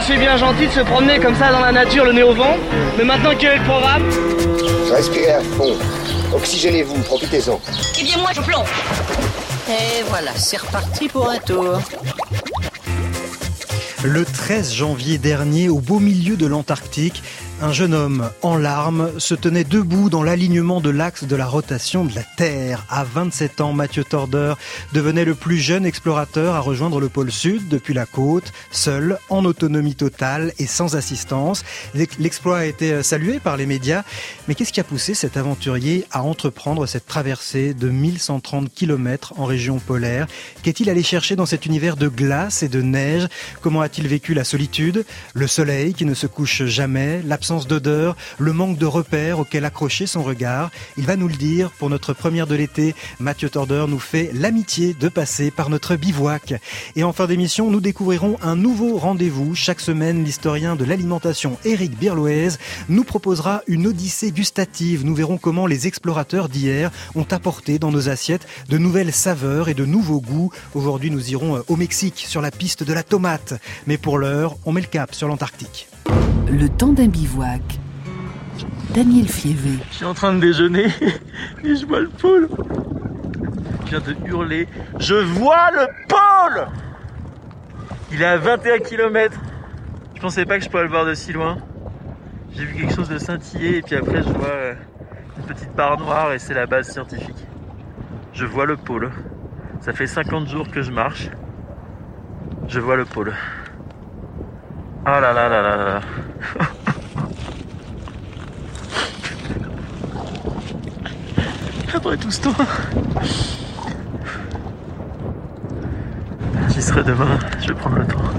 c'est bien gentil de se promener comme ça dans la nature, le nez au vent. Mais maintenant, quel est le programme ? Respirez à fond. Oxygénez-vous, profitez-en. Eh bien, moi, je plonge. Et voilà, c'est reparti pour un tour. Le 13 janvier dernier, au beau milieu de l'Antarctique, un jeune homme en larmes se tenait debout dans l'alignement de l'axe de la rotation de la Terre. À 27 ans, Mathieu Torder devenait le plus jeune explorateur à rejoindre le pôle Sud depuis la côte, seul, en autonomie totale et sans assistance. L'exploit a été salué par les médias. Mais qu'est-ce qui a poussé cet aventurier à entreprendre cette traversée de 1130 km en région polaire ? Qu'est-il allé chercher dans cet univers de glace et de neige ? Comment a-t-il vécu la solitude, le soleil qui ne se couche jamais, l'absence d'odeur, le manque de repères auquel accrocher son regard? Il va nous le dire. Pour notre première de l'été, Mathieu Torder nous fait l'amitié de passer par notre bivouac. Et en fin d'émission, nous découvrirons un nouveau rendez-vous. Chaque semaine, l'historien de l'alimentation Éric Birloez nous proposera une odyssée gustative. Nous verrons comment les explorateurs d'hier ont apporté dans nos assiettes de nouvelles saveurs et de nouveaux goûts. Aujourd'hui, nous irons au Mexique, sur la piste de la tomate. Mais pour l'heure, on met le cap sur l'Antarctique. Le temps d'un bivouac. Daniel Fievé. Je suis en train de déjeuner et je vois le pôle. Je viens de hurler. Je vois le pôle! Il est à 21 km. Je pensais pas que je pourrais le voir de si loin. J'ai vu quelque chose de scintiller et puis après je vois une petite barre noire et c'est la base scientifique. Je vois le pôle. Ça fait 50 jours que je marche. Je vois le pôle. Ah là là là là là. Après tout ce temps. J'y serai demain, je vais prendre le temps.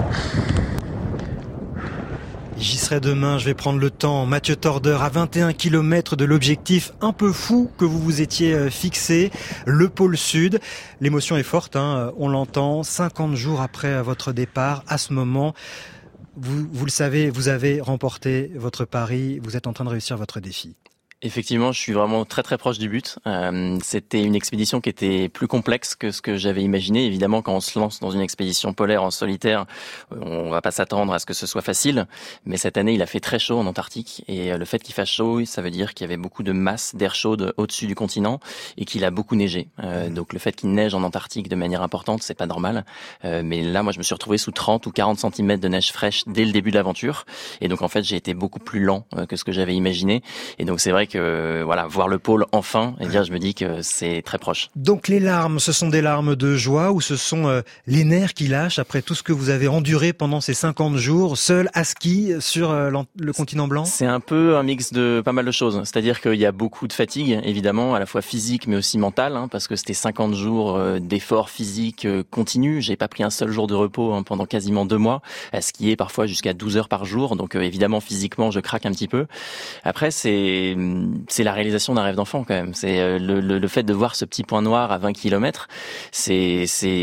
J'y serai demain, je vais prendre le temps. Mathieu Torder, à 21 km de l'objectif un peu fou que vous vous étiez fixé, le pôle Sud. L'émotion est forte, hein, on l'entend, 50 jours après votre départ. À ce moment, vous le savez, vous avez remporté votre pari, vous êtes en train de réussir votre défi. Effectivement, je suis vraiment très très proche du but. C'était une expédition qui était plus complexe que ce que j'avais imaginé. Évidemment, quand on se lance dans une expédition polaire en solitaire, on va pas s'attendre à ce que ce soit facile. Mais cette année, il a fait très chaud en Antarctique. Et le fait qu'il fasse chaud, ça veut dire qu'il y avait beaucoup de masse d'air chaude au-dessus du continent et qu'il a beaucoup neigé. Donc le fait qu'il neige en Antarctique de manière importante, c'est pas normal. Mais là, moi, je me suis retrouvé sous 30 ou 40 cm de neige fraîche dès le début de l'aventure. Et donc, en fait, j'ai été beaucoup plus lent que ce que j'avais imaginé. Et donc, c'est vrai que voilà, voir le pôle enfin, eh bien, je me dis que c'est très proche. Donc les larmes, ce sont des larmes de joie ou ce sont les nerfs qui lâchent après tout ce que vous avez enduré pendant ces 50 jours, seul à ski sur le continent blanc? C'est un peu un mix de pas mal de choses. C'est-à-dire qu'il y a beaucoup de fatigue, évidemment, à la fois physique mais aussi mentale, parce que c'était 50 jours d'efforts physiques continus. J'ai pas pris un seul jour de repos pendant quasiment 2 mois, à skier parfois jusqu'à 12 heures par jour. Donc évidemment, physiquement, je craque un petit peu. Après, c'est la réalisation d'un rêve d'enfant quand même. C'est le fait de voir ce petit point noir à 20 km, c'est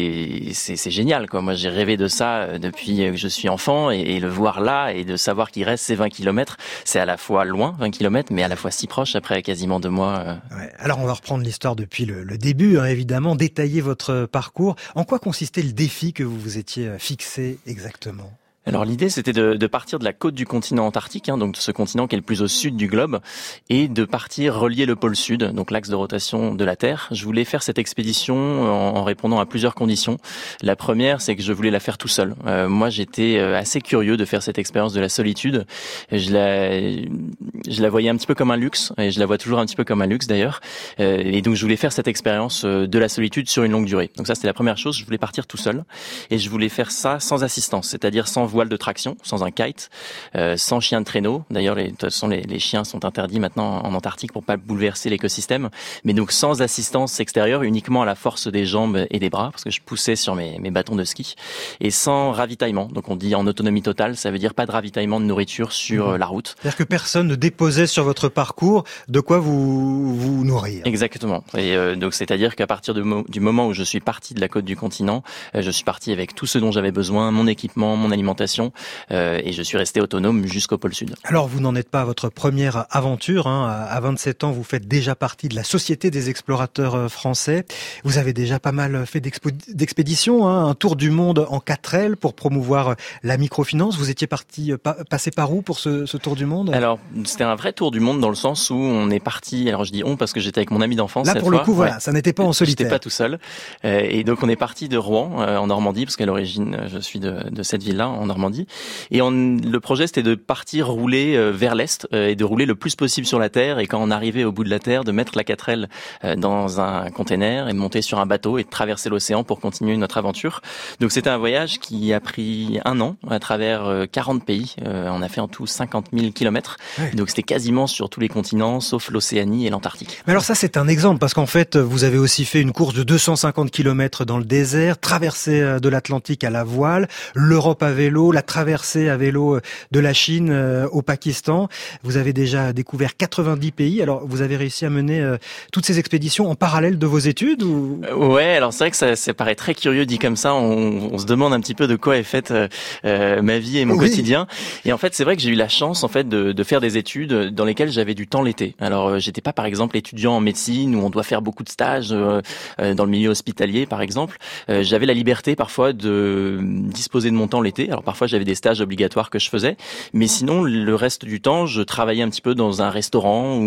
génial quoi. Moi j'ai rêvé de ça depuis que je suis enfant et le voir là et de savoir qu'il reste ces 20 km, c'est à la fois loin 20 km mais à la fois si proche après quasiment 2 mois. Ouais. Alors on va reprendre l'histoire depuis le début évidemment, détailler votre parcours. En quoi consistait le défi que vous vous étiez fixé exactement ? Alors l'idée c'était de partir de la côte du continent antarctique, donc de ce continent qui est le plus au sud du globe, et de partir relier le pôle sud, donc l'axe de rotation de la Terre. Je voulais faire cette expédition en répondant à plusieurs conditions. La première, c'est que je voulais la faire tout seul. Moi j'étais assez curieux de faire cette expérience de la solitude. Je la voyais un petit peu comme un luxe, et je la vois toujours un petit peu comme un luxe d'ailleurs. Et donc je voulais faire cette expérience de la solitude sur une longue durée. Donc ça c'était la première chose, je voulais partir tout seul. Et je voulais faire ça sans assistance, c'est-à-dire sans voile de traction, sans un kite, sans chien de traîneau. D'ailleurs, de toute façon, les chiens sont interdits maintenant en Antarctique pour pas bouleverser l'écosystème. Mais donc sans assistance extérieure, uniquement à la force des jambes et des bras, parce que je poussais sur mes bâtons de ski, et sans ravitaillement. Donc on dit en autonomie totale, ça veut dire pas de ravitaillement de nourriture sur la route. C'est-à-dire que personne ne déposait sur votre parcours de quoi vous nourrir. Exactement. Et donc c'est-à-dire qu'à partir du moment où je suis parti de la côte du continent, je suis parti avec tout ce dont j'avais besoin, mon équipement, mon alimentation, alimentation, et je suis resté autonome jusqu'au pôle sud. Alors vous n'en êtes pas à votre première aventure, hein. À 27 ans, vous faites déjà partie de la Société des explorateurs français. Vous avez déjà pas mal fait d'expéditions, hein. Un tour du monde en 4L pour promouvoir la microfinance. Vous étiez passé par où pour ce tour du monde? Alors c'était un vrai tour du monde dans le sens où on est parti, alors je dis on parce que j'étais avec mon ami d'enfance. Là cette pour fois. Le coup, voilà, ouais. Ça n'était pas en solitaire. J'étais pas tout seul. Et donc on est parti de Rouen, en Normandie, parce qu'à l'origine je suis de cette ville-là, en Normandie. Et le projet c'était de partir rouler vers l'est et de rouler le plus possible sur la terre. Et quand on arrivait au bout de la terre, de mettre la 4L dans un container et de monter sur un bateau et de traverser l'océan pour continuer notre aventure. Donc c'était un voyage qui a pris 1 an à travers 40 pays. On a fait en tout 50 000 kilomètres. Ouais. Donc c'était quasiment sur tous les continents, sauf l'Océanie et l'Antarctique. Mais alors ça c'est un exemple, parce qu'en fait vous avez aussi fait une course de 250 kilomètres dans le désert, traversée de l'Atlantique à la voile, l'Europe à vélo, la traversée à vélo de la Chine au Pakistan. Vous avez déjà découvert 90 pays. Alors vous avez réussi à mener toutes ces expéditions en parallèle de vos études ou... Ouais, alors c'est vrai que ça paraît très curieux dit comme ça. On se demande un petit peu de quoi est faite ma vie et mon quotidien. Et en fait, c'est vrai que j'ai eu la chance en fait de faire des études dans lesquelles j'avais du temps l'été. Alors j'étais pas par exemple étudiant en médecine où on doit faire beaucoup de stages dans le milieu hospitalier par exemple. J'avais la liberté parfois de disposer de mon temps l'été. Alors parfois j'avais des stages obligatoires que je faisais, mais sinon le reste du temps je travaillais un petit peu dans un restaurant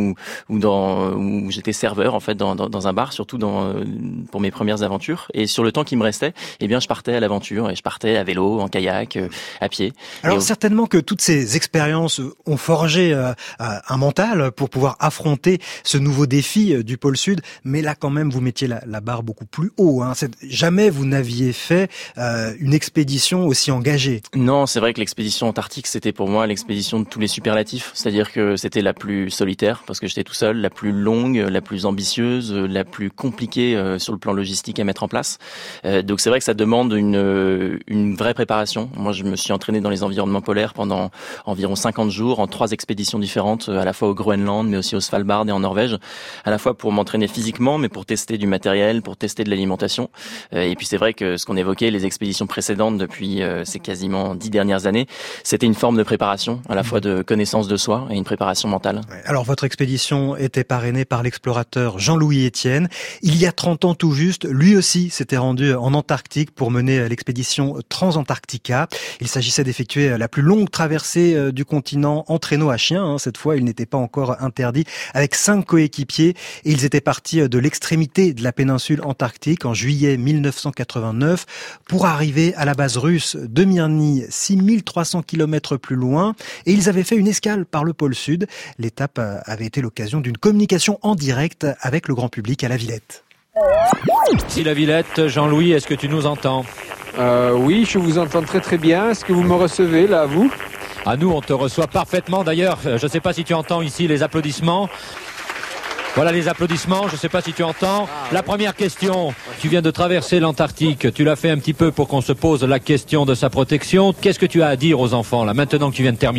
où j'étais serveur en fait dans un bar, surtout pour mes premières aventures. Et sur le temps qui me restait, eh bien je partais à l'aventure et je partais à vélo, en kayak, à pied. Alors certainement que toutes ces expériences ont forgé un mental pour pouvoir affronter ce nouveau défi du pôle Sud, mais là quand même vous mettiez la barre beaucoup plus haut, hein. Jamais vous n'aviez fait une expédition aussi engagée. Non, c'est vrai que l'expédition antarctique c'était pour moi l'expédition de tous les superlatifs, c'est-à-dire que c'était la plus solitaire parce que j'étais tout seul, la plus longue, la plus ambitieuse, la plus compliquée sur le plan logistique à mettre en place. Donc c'est vrai que ça demande une vraie préparation. Moi je me suis entraîné dans les environnements polaires pendant environ 50 jours en 3 expéditions différentes, à la fois au Groenland mais aussi au Svalbard et en Norvège, à la fois pour m'entraîner physiquement mais pour tester du matériel, pour tester de l'alimentation. Et puis c'est vrai que ce qu'on évoquait, les expéditions précédentes depuis ces quasiment 10 dernières années, c'était une forme de préparation, à la fois de connaissance de soi et une préparation mentale. Alors votre expédition était parrainée par l'explorateur Jean-Louis Etienne. Il y a 30 ans tout juste, lui aussi s'était rendu en Antarctique pour mener l'expédition Transantarctica. Il s'agissait d'effectuer la plus longue traversée du continent en traîneau à chien. Hein. Cette fois, il n'était pas encore interdit, avec 5 coéquipiers. Et ils étaient partis de l'extrémité de la péninsule antarctique en juillet 1989 pour arriver à la base russe de Mirny, 6300 km plus loin. Et ils avaient fait une escale par le pôle Sud. L'étape avait été l'occasion d'une communication en direct avec le grand public à la Villette. Si la Villette, Jean-Louis, est-ce que tu nous entends ? Oui, je vous entends très très bien. Est-ce que vous me recevez là, vous ? À nous, on te reçoit parfaitement. D'ailleurs, je ne sais pas si tu entends ici les applaudissements. Voilà les applaudissements, je ne sais pas si tu entends. La première question, tu viens de traverser l'Antarctique, tu l'as fait un petit peu pour qu'on se pose la question de sa protection. Qu'est-ce que tu as à dire aux enfants là, maintenant que tu viens de terminer ?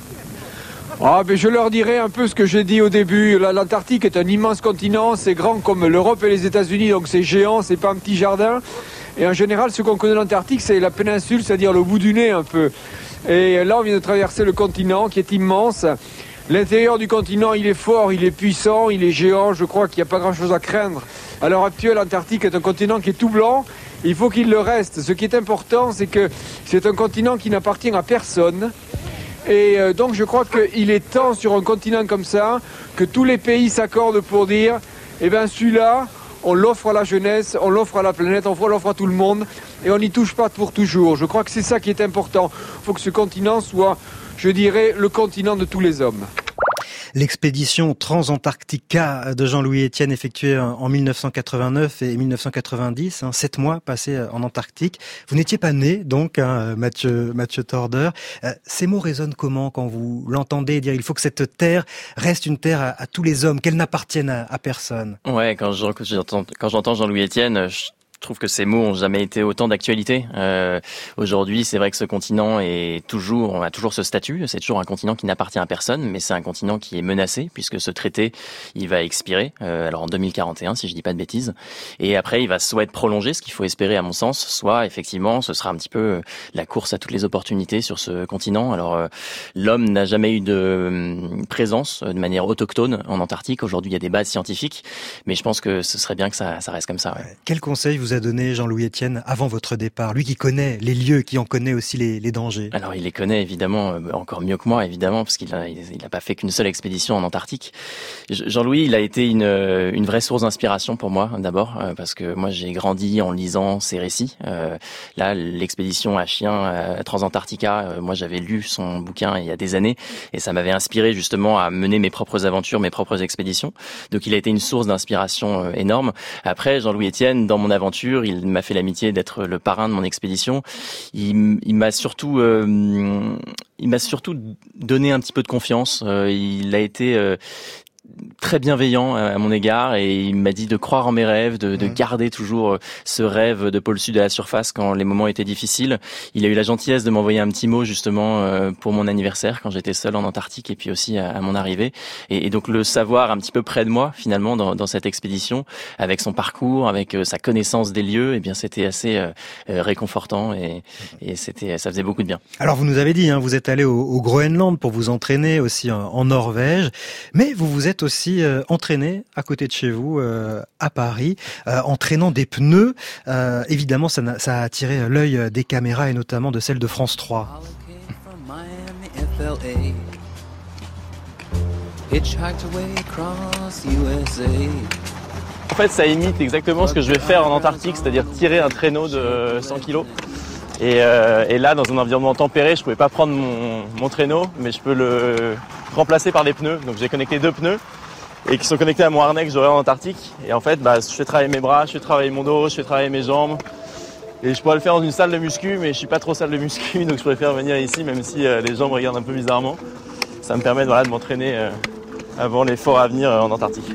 Je leur dirai un peu ce que j'ai dit au début. L'Antarctique est un immense continent, c'est grand comme l'Europe et les États-Unis, donc c'est géant, c'est pas un petit jardin. Et en général, ce qu'on connaît de l'Antarctique, c'est la péninsule, c'est-à-dire le bout du nez un peu. Et là, on vient de traverser le continent qui est immense. L'intérieur du continent, il est fort, il est puissant, il est géant. Je crois qu'il n'y a pas grand-chose à craindre. À l'heure actuelle, l'Antarctique est un continent qui est tout blanc. Il faut qu'il le reste. Ce qui est important, c'est que c'est un continent qui n'appartient à personne. Et donc je crois qu'il est temps sur un continent comme ça que tous les pays s'accordent pour dire celui-là, on l'offre à la jeunesse, on l'offre à la planète, on l'offre à tout le monde et on n'y touche pas pour toujours. Je crois que c'est ça qui est important. Il faut que ce continent soit, je dirais, le continent de tous les hommes. L'expédition Transantarctica de Jean-Louis Etienne effectuée en 1989 et 1990, 7 mois passés en Antarctique. Vous n'étiez pas né, donc, Mathieu Torder. Ces mots résonnent comment quand vous l'entendez dire il faut que cette terre reste une terre à tous les hommes, qu'elle n'appartienne à personne? Ouais, quand j'entends Jean-Louis Etienne, je trouve que ces mots ont jamais été autant d'actualité. Aujourd'hui, c'est vrai que ce continent on a toujours ce statut. C'est toujours un continent qui n'appartient à personne, mais c'est un continent qui est menacé puisque ce traité, il va expirer. Alors en 2041, si je dis pas de bêtises. Et après, il va soit être prolongé, ce qu'il faut espérer à mon sens, soit effectivement, ce sera un petit peu la course à toutes les opportunités sur ce continent. Alors l'homme n'a jamais eu de présence de manière autochtone en Antarctique. Aujourd'hui, il y a des bases scientifiques, mais je pense que ce serait bien que ça reste comme ça. Ouais. Quel conseil vous a donné Jean-Louis Etienne avant votre départ? Lui qui connaît les lieux, qui en connaît aussi les dangers. Alors il les connaît évidemment encore mieux que moi, évidemment, parce qu'il a pas fait qu'une seule expédition en Antarctique. Jean-Louis, il a été une vraie source d'inspiration pour moi d'abord, parce que moi j'ai grandi en lisant ses récits. Là, l'expédition à Chien Transantarctica, moi j'avais lu son bouquin il y a des années et ça m'avait inspiré justement à mener mes propres aventures, mes propres expéditions. Donc il a été une source d'inspiration énorme. Après, Jean-Louis Etienne, dans mon aventure, il m'a fait l'amitié d'être le parrain de mon expédition. Il m'a surtout donné un petit peu de confiance. Il a été très bienveillant à mon égard et il m'a dit de croire en mes rêves, de garder toujours ce rêve de pôle sud à la surface quand les moments étaient difficiles. Il a eu la gentillesse de m'envoyer un petit mot justement pour mon anniversaire quand j'étais seul en Antarctique et puis aussi à mon arrivée. Et donc le savoir un petit peu près de moi finalement dans cette expédition, avec son parcours, avec sa connaissance des lieux, eh bien c'était assez réconfortant et ça faisait beaucoup de bien. Alors vous nous avez dit, vous êtes allé au Groenland pour vous entraîner aussi en Norvège, mais vous êtes aussi entraîné à côté de chez vous à Paris, entraînant des pneus. Évidemment, ça a attiré l'œil des caméras et notamment de celle de France 3. En fait, ça imite exactement ce que je vais faire en Antarctique, c'est-à-dire tirer un traîneau de 100 kg. Et là, dans un environnement tempéré, je pouvais pas prendre mon traîneau, mais je peux le remplacer par des pneus. Donc j'ai connecté 2 pneus et qui sont connectés à mon harnais que j'aurai en Antarctique. Et en fait, je fais travailler mes bras, je fais travailler mon dos, je fais travailler mes jambes. Et je pourrais le faire dans une salle de muscu, mais je suis pas trop salle de muscu, donc je préfère venir ici, même si les gens me regardent un peu bizarrement. Ça me permet de m'entraîner avant l'effort à venir en Antarctique.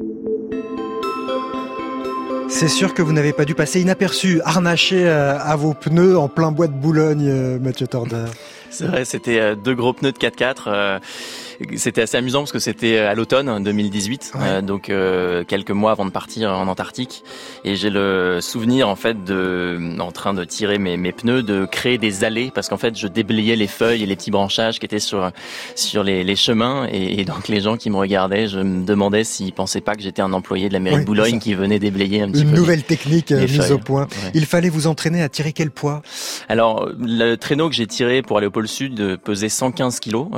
C'est sûr que vous n'avez pas dû passer inaperçu, harnaché à vos pneus en plein bois de Boulogne, Mathieu Torder. C'est vrai, c'était 2 gros pneus de 4x4. C'était assez amusant parce que c'était à l'automne 2018, ouais. Donc quelques mois avant de partir en Antarctique. Et j'ai le souvenir en fait en train de tirer mes pneus, de créer des allées parce qu'en fait je déblayais les feuilles et les petits branchages qui étaient sur les chemins. Et donc les gens qui me regardaient, je me demandais s'ils pensaient pas que j'étais un employé de la mairie de Boulogne qui venait déblayer un petit peu. Une nouvelle technique mise feuilles. Au point. Ouais. Il fallait vous entraîner à tirer quel poids? Alors le traîneau que j'ai tiré pour aller au pôle sud pesait 115 kilos.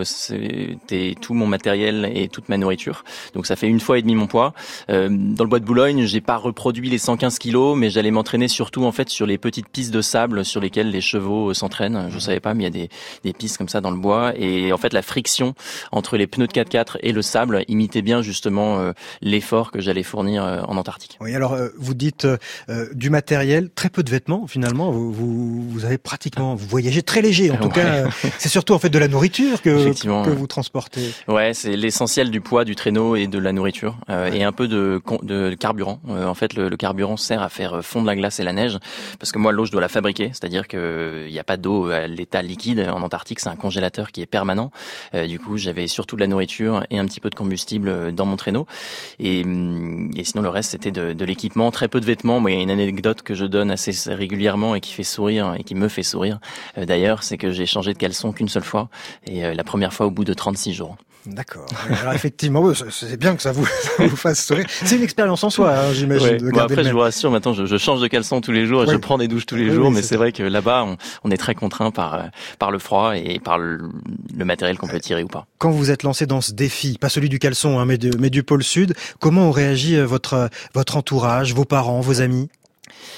C'était tout mon matériel et toute ma nourriture. Donc ça fait 1,5 fois mon poids. Dans le bois de Boulogne, j'ai pas reproduit les 115 kilos, mais j'allais m'entraîner surtout en fait sur les petites pistes de sable sur lesquelles les chevaux s'entraînent. Je savais pas, mais il y a des pistes comme ça dans le bois. Et en fait, la friction entre les pneus de 4x4 et le sable imitait bien justement l'effort que j'allais fournir en Antarctique. Oui, alors vous dites du matériel, très peu de vêtements finalement. Vous avez pratiquement, vous voyagez très léger. En tout cas, c'est surtout en fait de la nourriture que vous transportez. Ouais, c'est l'essentiel du poids du traîneau et de la nourriture et un peu de carburant. En fait, le carburant sert à faire fondre la glace et la neige parce que moi, l'eau, je dois la fabriquer. C'est-à-dire que il y a pas d'eau à l'état liquide en Antarctique. C'est un congélateur qui est permanent. Du coup, j'avais surtout de la nourriture et un petit peu de combustible dans mon traîneau. Et sinon, le reste, c'était de l'équipement. Très peu de vêtements. Moi, il y a une anecdote que je donne assez régulièrement et qui fait sourire et qui me fait sourire. D'ailleurs, c'est que j'ai changé de caleçon qu'une seule fois et la première fois au bout de 36 jours. D'accord. Alors effectivement, c'est bien que ça vous fasse sourire. C'est une expérience en soi, j'imagine. Ouais. Après, je vous rassure, maintenant, je change de caleçon tous les jours et je prends des douches tous les jours, mais c'est vrai que là-bas, on est très contraint par le froid et par le matériel qu'on peut tirer ou pas. Quand vous êtes lancé dans ce défi, pas celui du caleçon, mais du pôle sud, comment ont réagi votre entourage, vos parents, vos amis?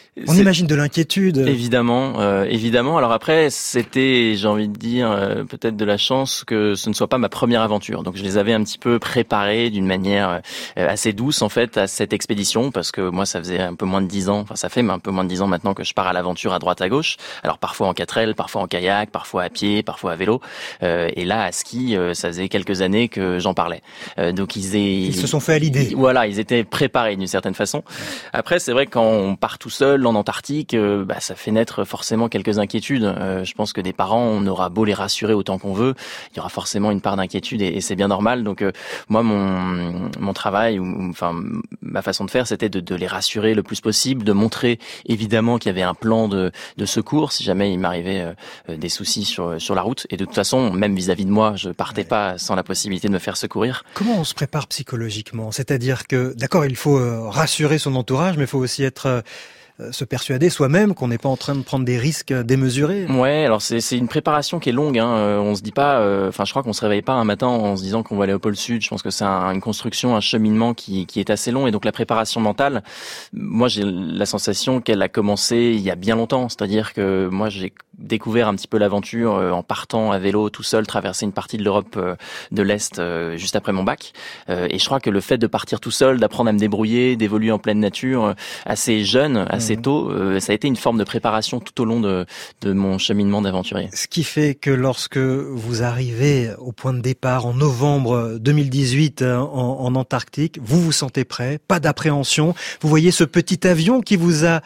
On imagine de l'inquiétude. Évidemment. Alors après, c'était, j'ai envie de dire, peut-être de la chance que ce ne soit pas ma première aventure. Donc je les avais un petit peu préparés d'une manière assez douce en fait à cette expédition, parce que moi ça faisait un peu moins de 10 ans, enfin ça fait un peu moins de 10 ans maintenant que je pars à l'aventure à droite à gauche. Alors parfois en 4L, parfois en kayak, parfois à pied, parfois à vélo. Et là à ski, ça faisait quelques années que j'en parlais. Donc ils se sont fait à l'idée. Voilà, ils étaient préparés d'une certaine façon. Après c'est vrai que quand on part tout seul en Antarctique, ça fait naître forcément quelques inquiétudes. Je pense que des parents, on aura beau les rassurer autant qu'on veut, il y aura forcément une part d'inquiétude et c'est bien normal. Donc moi, mon travail, enfin ma façon de faire, c'était de les rassurer le plus possible, de montrer évidemment qu'il y avait un plan de secours si jamais il m'arrivait des soucis sur la route. Et de toute façon, même vis-à-vis de moi, je partais pas sans la possibilité de me faire secourir. Comment on se prépare psychologiquement ? C'est-à-dire que, d'accord, il faut rassurer son entourage, mais il faut aussi être se persuader soi-même qu'on n'est pas en train de prendre des risques démesurés. Ouais, alors c'est une préparation qui est longue. On se dit pas, je crois qu'on se réveille pas un matin en se disant qu'on va aller au pôle Sud. Je pense que c'est une construction, un cheminement qui est assez long. Et donc la préparation mentale, moi j'ai la sensation qu'elle a commencé il y a bien longtemps. C'est-à-dire que moi j'ai découvert un petit peu l'aventure en partant à vélo tout seul, traverser une partie de l'Europe de l'Est juste après mon bac. Et je crois que le fait de partir tout seul, d'apprendre à me débrouiller, d'évoluer en pleine nature, assez jeune, assez tôt, ça a été une forme de préparation tout au long de mon cheminement d'aventurier. Ce qui fait que lorsque vous arrivez au point de départ en novembre 2018 en Antarctique, vous vous sentez prêt, pas d'appréhension. Vous voyez ce petit avion qui vous a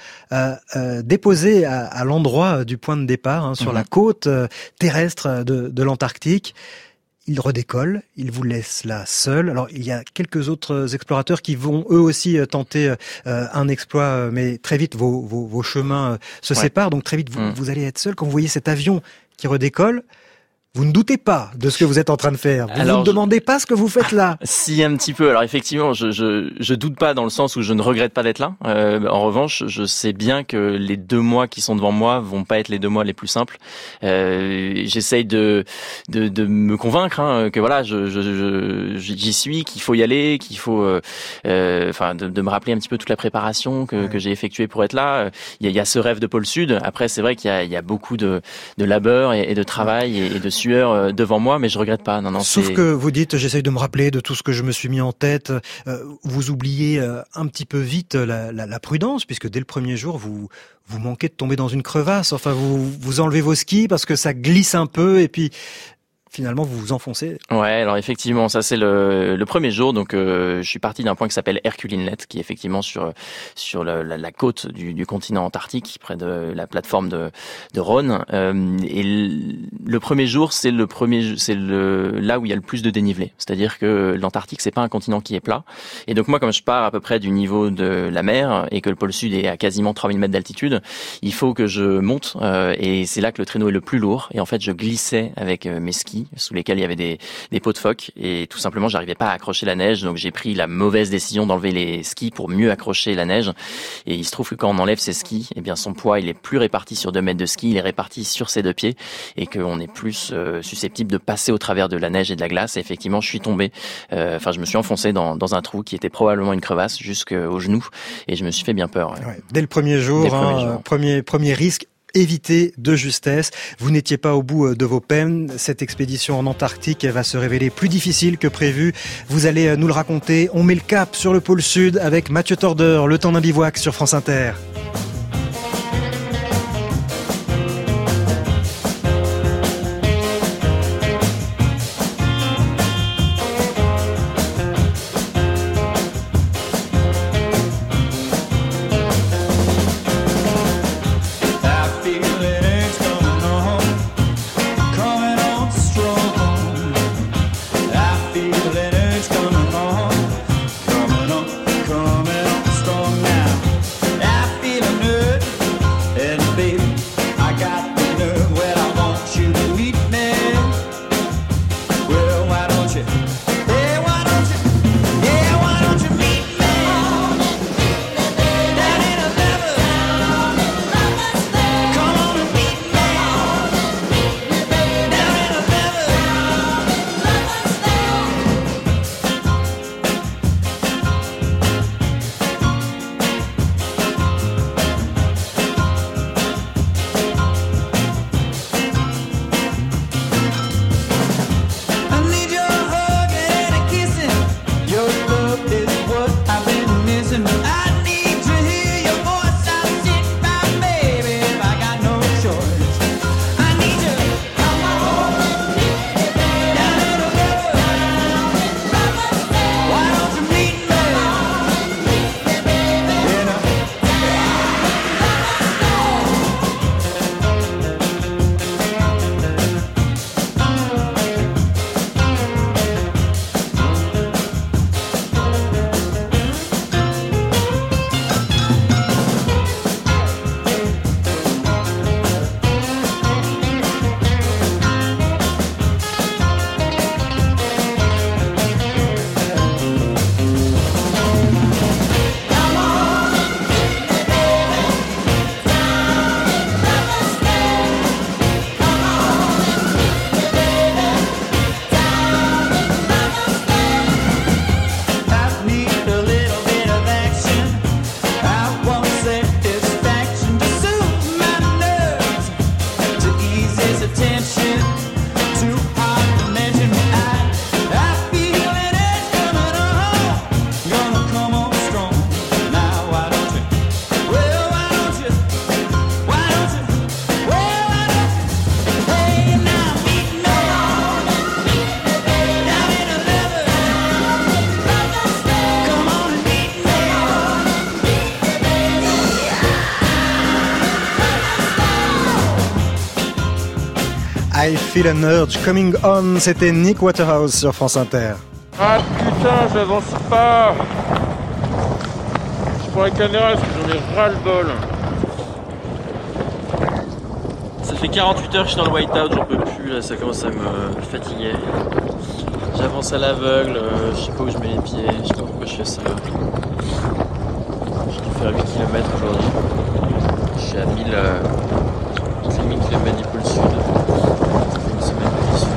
déposé à l'endroit du point de départ, sur la côte terrestre de l'Antarctique. Il redécolle, il vous laisse là seul. Alors il y a quelques autres explorateurs qui vont eux aussi tenter un exploit, mais très vite vos chemins se séparent, donc très vite vous allez être seul. Quand vous voyez cet avion qui redécolle, vous ne doutez pas de ce que vous êtes en train de faire. Vous ne demandez pas ce que vous faites là. Si, un petit peu. Alors effectivement, je doute pas dans le sens où je ne regrette pas d'être là. En revanche, je sais bien que les 2 mois qui sont devant moi vont pas être les 2 mois les plus simples. J'essaye de me convaincre que voilà, j'y suis, qu'il faut y aller, qu'il faut, de me rappeler un petit peu toute la préparation que j'ai effectuée pour être là. Il y a ce rêve de pôle Sud. Après, c'est vrai qu'il y a beaucoup de labeur et de travail et de sueur devant moi, mais je regrette pas. Non, sauf que vous dites, j'essaye de me rappeler de tout ce que je me suis mis en tête. Vous oubliez un petit peu vite la prudence, puisque dès le premier jour, vous manquez de tomber dans une crevasse. Enfin, vous enlevez vos skis parce que ça glisse un peu, et puis finalement vous vous enfoncez. Ouais, alors effectivement, ça c'est le premier jour. Donc je suis parti d'un point qui s'appelle Hercule Inlet, qui est effectivement sur la côte du continent antarctique, près de la plateforme de Rønne. Et le premier jour, c'est là où il y a le plus de dénivelé. C'est-à-dire que l'Antarctique, c'est pas un continent qui est plat. Et donc moi, comme je pars à peu près du niveau de la mer et que le pôle Sud est à quasiment 3000 mètres d'altitude, il faut que je monte. Et c'est là que le traîneau est le plus lourd. Et en fait, je glissais avec mes skis sous lesquels il y avait des pots de phoque, et tout simplement j'arrivais pas à accrocher la neige, donc j'ai pris la mauvaise décision d'enlever les skis pour mieux accrocher la neige. Et il se trouve que quand on enlève ses skis, eh bien son poids il est plus réparti sur 2 mètres de ski, il est réparti sur ses 2 pieds, et qu'on est plus susceptible de passer au travers de la neige et de la glace. Et effectivement je suis tombé, je me suis enfoncé dans un trou qui était probablement une crevasse jusqu'au genou, et je me suis fait bien peur. Ouais, dès le premier jour, premier risque. Évitez de justesse. Vous n'étiez pas au bout de vos peines. Cette expédition en Antarctique va se révéler plus difficile que prévu. Vous allez nous le raconter. On met le cap sur le pôle Sud avec Mathieu Tordeur, le temps d'un bivouac sur France Inter. Coming on strong now. I feel attention. Too hard to mention. I feel an edge coming on. Gonna come on strong. Now why don't you? Well, why don't you? Why don't you? Well, why don't you? Hey, now meet me down in the leather. Come on and meet me. I Feel an Urge Coming On, c'était Nick Waterhouse sur France Inter. Ah putain, j'avance pas. Je prends la caméra parce que j'en ai ras-le-bol. Ça fait 48 heures que je suis dans le whiteout, j'en peux plus, là, ça commence à me fatiguer. J'avance à l'aveugle, je sais pas où je mets les pieds, je sais pas pourquoi je fais ça. J'ai dû faire 8 km aujourd'hui. Je suis à 1000 km du pôle sud. Ça fait une semaine que j'y suis.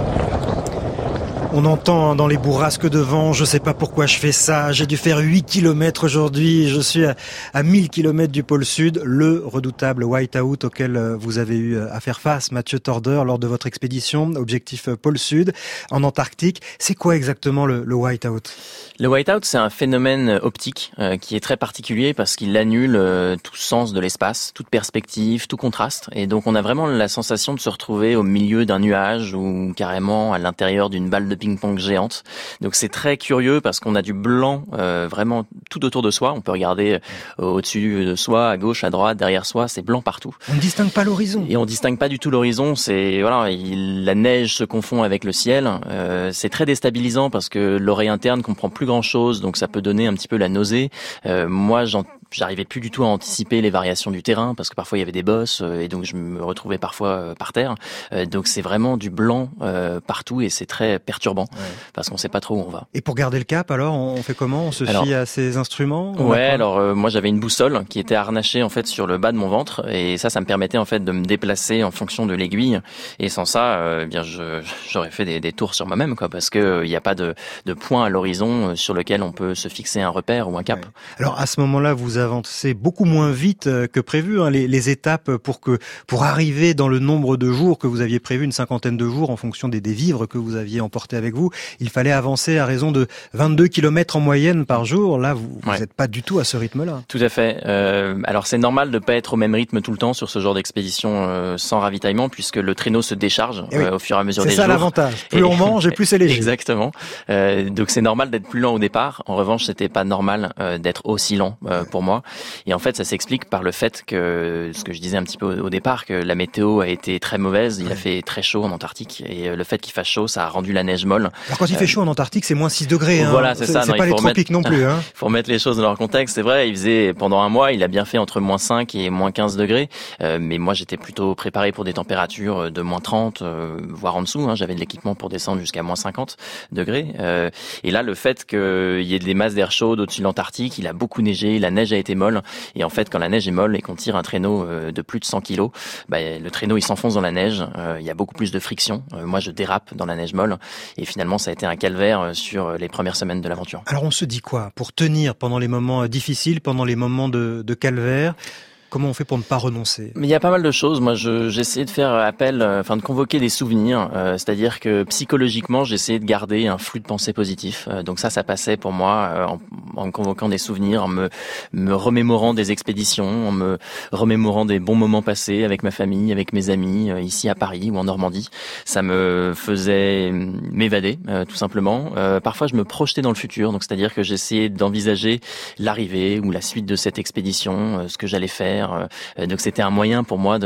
On entend dans les bourrasques de vent, je sais pas pourquoi je fais ça, j'ai dû faire 8 km aujourd'hui, je suis à 1000 km du pôle sud, le redoutable whiteout auquel vous avez eu à faire face, Mathieu Torder, lors de votre expédition, objectif pôle sud, en Antarctique. C'est quoi exactement le whiteout ? Le whiteout, c'est un phénomène optique qui est très particulier parce qu'il annule tout sens de l'espace, toute perspective, tout contraste. Et donc on a vraiment la sensation de se retrouver au milieu d'un nuage ou carrément à l'intérieur d'une balle de ping-pong géante. Donc c'est très curieux parce qu'on a du blanc vraiment tout autour de soi. On peut regarder au-dessus de soi, à gauche, à droite, derrière soi, c'est blanc partout. On ne distingue pas l'horizon. Et on distingue pas du tout l'horizon. C'est voilà, la neige se confond avec le ciel. C'est très déstabilisant parce que l'oreille interne comprend plus grand chose, donc ça peut donner un petit peu la nausée. Moi, j'arrivais plus du tout à anticiper les variations du terrain parce que parfois il y avait des bosses et donc je me retrouvais parfois par terre. Donc c'est vraiment du blanc partout et c'est très perturbant parce qu'on sait pas trop où on va. Et pour garder le cap, alors on fait comment ? On se fie à ces instruments ? Moi j'avais une boussole qui était harnachée en fait sur le bas de mon ventre et ça me permettait en fait de me déplacer en fonction de l'aiguille. Et sans ça, j'aurais fait des tours sur moi-même quoi, parce que il n'y a pas de point à l'horizon sur lequel on peut se fixer un repère ou un cap. Ouais. Alors à ce moment-là, vous avancez beaucoup moins vite que prévu, hein, les étapes pour arriver dans le nombre de jours que vous aviez prévu, une 50aine de jours en fonction des vivres que vous aviez emportés avec vous. Il fallait avancer à raison de 22 km en moyenne par jour. Là, vous n'êtes pas du tout à ce rythme-là. Tout à fait. Alors c'est normal de pas être au même rythme tout le temps sur ce genre d'expédition sans ravitaillement puisque le traîneau se décharge au fur et à mesure des jours. C'est ça l'avantage. Plus on mange et plus c'est léger. Exactement. Donc c'est normal d'être plus lent au départ. En revanche, c'était pas normal d'être aussi lent pour moi. Et en fait, ça s'explique par le fait que, ce que je disais un petit peu au départ, que la météo a été très mauvaise. Il a fait très chaud en Antarctique et le fait qu'il fasse chaud, ça a rendu la neige molle. Alors quand il fait chaud en Antarctique, c'est moins 6 degrés. Hein. Voilà, c'est ça. C'est pas les tropiques non plus. Hein. Faut remettre les choses dans leur contexte. C'est vrai, il faisait pendant un mois, il a bien fait entre moins 5 et moins 15 degrés. Mais moi, j'étais plutôt préparé pour des températures de moins 30, voire en dessous. Hein. J'avais de l'équipement pour descendre jusqu'à moins 50 degrés. Et là, le fait qu'il y ait des masses d'air chaudes au-dessus de l'Antarctique, il a beaucoup neigé, la neige a été molle. Et en fait, quand la neige est molle et qu'on tire un traîneau de plus de 100 kilos, le traîneau il s'enfonce dans la neige. Il y a beaucoup plus de friction. Moi, je dérape dans la neige molle. Et finalement, ça a été un calvaire sur les premières semaines de l'aventure. Alors, on se dit quoi pour tenir pendant les moments difficiles, pendant les moments de calvaire ? Comment on fait pour ne pas renoncer ? Mais il y a pas mal de choses. Moi, j'essayais de faire appel, de convoquer des souvenirs. C'est-à-dire que psychologiquement, j'essayais de garder un flux de pensée positif. Donc ça passait pour moi en me convoquant des souvenirs, en me remémorant des expéditions, en me remémorant des bons moments passés avec ma famille, avec mes amis, ici à Paris ou en Normandie. Ça me faisait m'évader, tout simplement. Parfois, je me projetais dans le futur. Donc c'est-à-dire que j'essayais d'envisager l'arrivée ou la suite de cette expédition, ce que j'allais faire. Donc c'était un moyen pour moi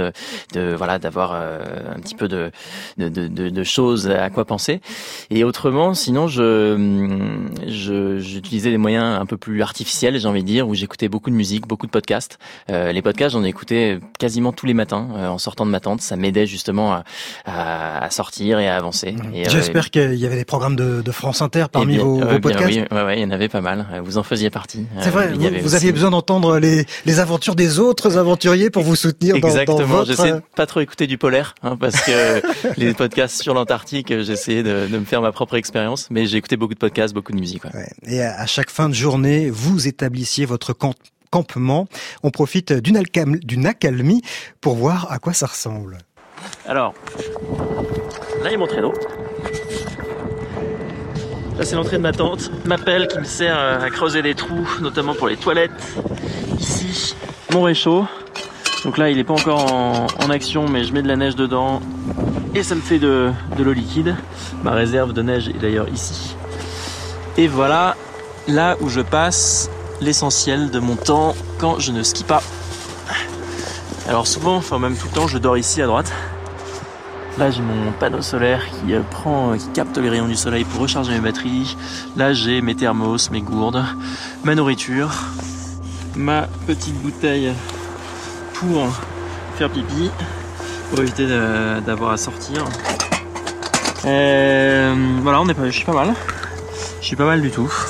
d'avoir un petit peu de choses à quoi penser. Et autrement, sinon j'utilisais des moyens un peu plus artificiels, j'ai envie de dire, où j'écoutais beaucoup de musique, beaucoup de podcasts. Les podcasts, j'en écoutais quasiment tous les matins en sortant de ma tente. Ça m'aidait justement à sortir et à avancer. Et, j'espère qu'il y avait des programmes de France Inter parmi vos podcasts. Oui, il y en avait pas mal. Vous en faisiez partie. C'est vrai. Vous aviez besoin d'entendre les aventures des autres aventuriers pour vous soutenir dans votre... J'essaie de pas trop écouter du polaire, parce que les podcasts sur l'Antarctique, j'essayais de me faire ma propre expérience, mais j'ai écouté beaucoup de podcasts, beaucoup de musique. Ouais. Ouais. Et à chaque fin de journée, vous établissiez votre campement. On profite d'une accalmie pour voir à quoi ça ressemble. Alors, là il y a mon traîneau. Là c'est l'entrée de ma tente, ma pelle qui me sert à creuser des trous, notamment pour les toilettes. Ici, mon réchaud. Donc là il n'est pas encore en action, mais je mets de la neige dedans et ça me fait de l'eau liquide. Ma réserve de neige est d'ailleurs ici. Et voilà, là où je passe l'essentiel de mon temps quand je ne skie pas. Alors souvent, enfin même tout le temps, je dors ici à droite. Là j'ai mon panneau solaire qui capte les rayons du soleil pour recharger mes batteries. Là j'ai mes thermos, mes gourdes, ma nourriture, ma petite bouteille pour faire pipi, pour éviter d'avoir à sortir. Voilà, je suis pas mal. Je suis pas mal du tout.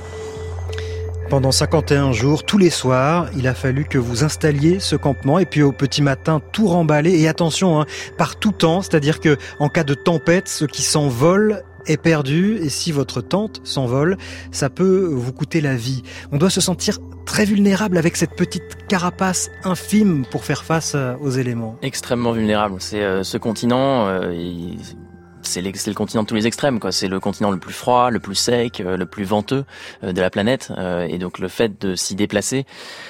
Pendant 51 jours, tous les soirs, il a fallu que vous installiez ce campement et puis au petit matin, tout remballer. Et attention, par tout temps, c'est-à-dire que en cas de tempête, ce qui s'envole est perdu. Et si votre tente s'envole, ça peut vous coûter la vie. On doit se sentir très vulnérable avec cette petite carapace infime pour faire face aux éléments. Extrêmement vulnérable. C'est ce continent... C'est le continent de tous les extrêmes, quoi. C'est le continent le plus froid, le plus sec, le plus venteux de la planète. Et donc le fait de s'y déplacer,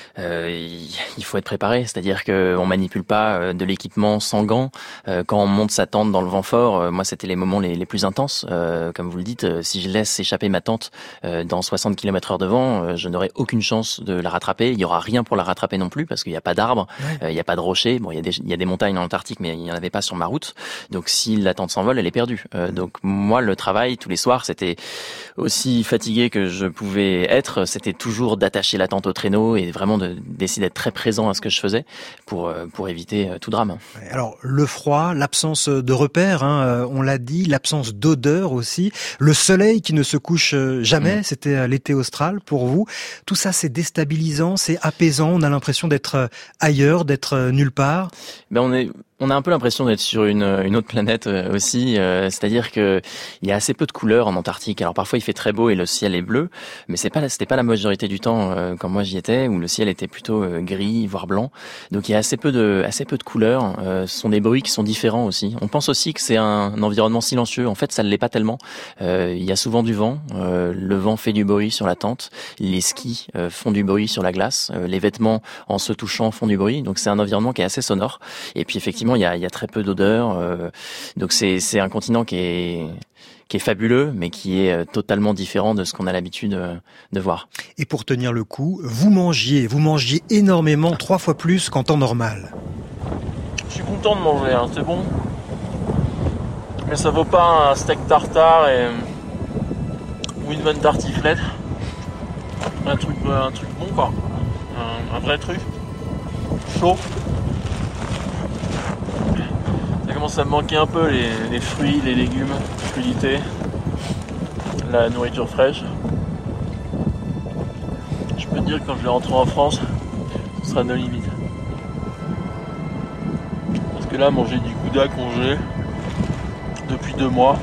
il faut être préparé. C'est-à-dire qu'on manipule pas de l'équipement sans gants. Quand on monte sa tente dans le vent fort, moi c'était les moments les plus intenses. Comme vous le dites, si je laisse échapper ma tente dans 60 km/h de vent, je n'aurai aucune chance de la rattraper. Il y aura rien pour la rattraper non plus parce qu'il n'y a pas d'arbres, il n'y a pas de rochers. Bon, il y a des montagnes en Antarctique, mais il n'y en avait pas sur ma route. Donc si la tente s'envole, elle est perdue. Donc moi, le travail tous les soirs, c'était aussi fatigué que je pouvais être. C'était toujours d'attacher la tente au traîneau et vraiment d'essayer d'être très présent à ce que je faisais pour éviter tout drame. Alors le froid, l'absence de repères, on l'a dit, l'absence d'odeur aussi, le soleil qui ne se couche jamais, c'était l'été austral pour vous. Tout ça, c'est déstabilisant, c'est apaisant. On a l'impression d'être ailleurs, d'être nulle part. On a un peu l'impression d'être sur une autre planète aussi, c'est-à-dire que il y a assez peu de couleurs en Antarctique. Alors parfois il fait très beau et le ciel est bleu, mais c'était pas la majorité du temps quand moi j'y étais, où le ciel était plutôt gris voire blanc. Donc il y a assez peu de couleurs. Ce sont des bruits qui sont différents aussi. On pense aussi que c'est un environnement silencieux. En fait, ça ne l'est pas tellement. Il y a souvent du vent. Le vent fait du bruit sur la tente. Les skis font du bruit sur la glace. Les vêtements en se touchant font du bruit. Donc c'est un environnement qui est assez sonore. Et puis effectivement, il y a très peu d'odeur. Donc c'est un continent qui est fabuleux, mais qui est totalement différent de ce qu'on a l'habitude de voir. Et pour tenir le coup, vous mangiez énormément, 3 fois plus qu'en temps normal. Je suis content de manger, c'est bon. Mais ça vaut pas un steak tartare ou une bonne tartiflette. Un truc bon, quoi. Un vrai truc. Chaud. Ça commence à me manquer un peu les fruits, les légumes, crudités, la nourriture fraîche. Je peux te dire que quand je vais rentrer en France, ce sera nos limites. Parce que là, manger du gouda congelé depuis 2 mois,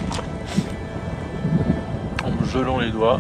en me gelant les doigts,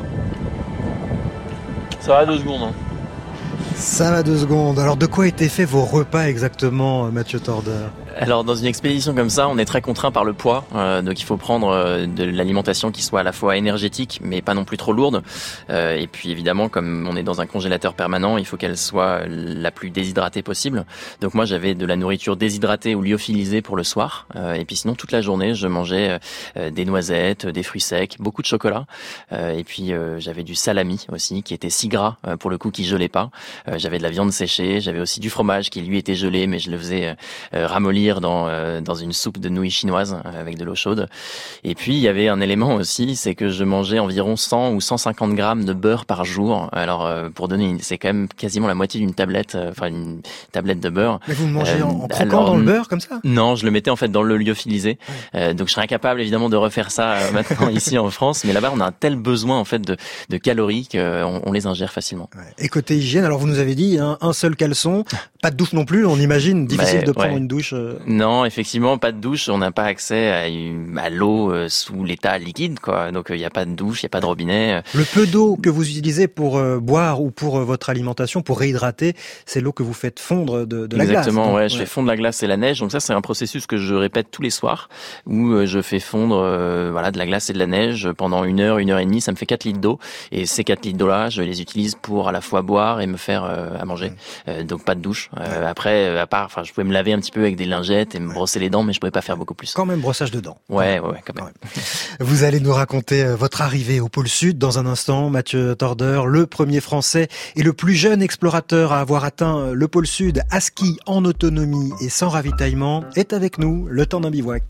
ça va 2 secondes. Ça va 2 secondes. Alors de quoi étaient faits vos repas exactement, Mathieu Tordeur ? Alors dans une expédition comme ça, on est très contraint par le poids, donc il faut prendre de l'alimentation qui soit à la fois énergétique mais pas non plus trop lourde. Et puis évidemment, comme on est dans un congélateur permanent, il faut qu'elle soit la plus déshydratée possible. Donc moi j'avais de la nourriture déshydratée ou lyophilisée pour le soir. Et puis sinon toute la journée je mangeais des noisettes, des fruits secs, beaucoup de chocolat. Et puis j'avais du salami aussi qui était si gras pour le coup qui gelait pas. J'avais de la viande séchée, j'avais aussi du fromage qui lui était gelé mais je le faisais ramollir dans une soupe de nouilles chinoises avec de l'eau chaude. Et puis il y avait un élément aussi, c'est que je mangeais environ 100 ou 150 grammes de beurre par jour. Alors pour donner c'est quand même quasiment la moitié d'une tablette, une tablette de beurre. Mais vous le mangez en croquant dans le beurre comme ça ? Non, je le mettais en fait dans le lyophilisé. Donc je serais incapable évidemment de refaire ça maintenant ici en France, mais là-bas on a un tel besoin en fait de calories qu'on les ingère facilement. Et côté hygiène, alors vous nous avez dit un seul caleçon, pas de douche non plus, on imagine difficile de prendre une douche Non, effectivement, pas de douche. On n'a pas accès à l'eau sous l'état liquide, quoi. Donc il n'y a pas de douche, il n'y a pas de robinet. Le peu d'eau que vous utilisez pour boire ou pour votre alimentation, pour réhydrater, c'est l'eau que vous faites fondre de la glace. Exactement, ouais. Je fais fondre la glace et la neige. Donc ça, c'est un processus que je répète tous les soirs, où je fais fondre de la glace et de la neige pendant 1 heure, 1 heure et demie. Ça me fait 4 litres d'eau. Et ces 4 litres d'eau-là, je les utilise pour à la fois boire et me faire à manger. Donc pas de douche. Après, je pouvais me laver un petit peu avec des lingettes et me brosser les dents, mais je pouvais pas faire beaucoup plus. Quand même brossage de dents. Ouais, quand même. Vous allez nous raconter votre arrivée au pôle Sud dans un instant. Mathieu Torder, le premier Français et le plus jeune explorateur à avoir atteint le pôle Sud à ski en autonomie et sans ravitaillement, est avec nous. Le temps d'un bivouac.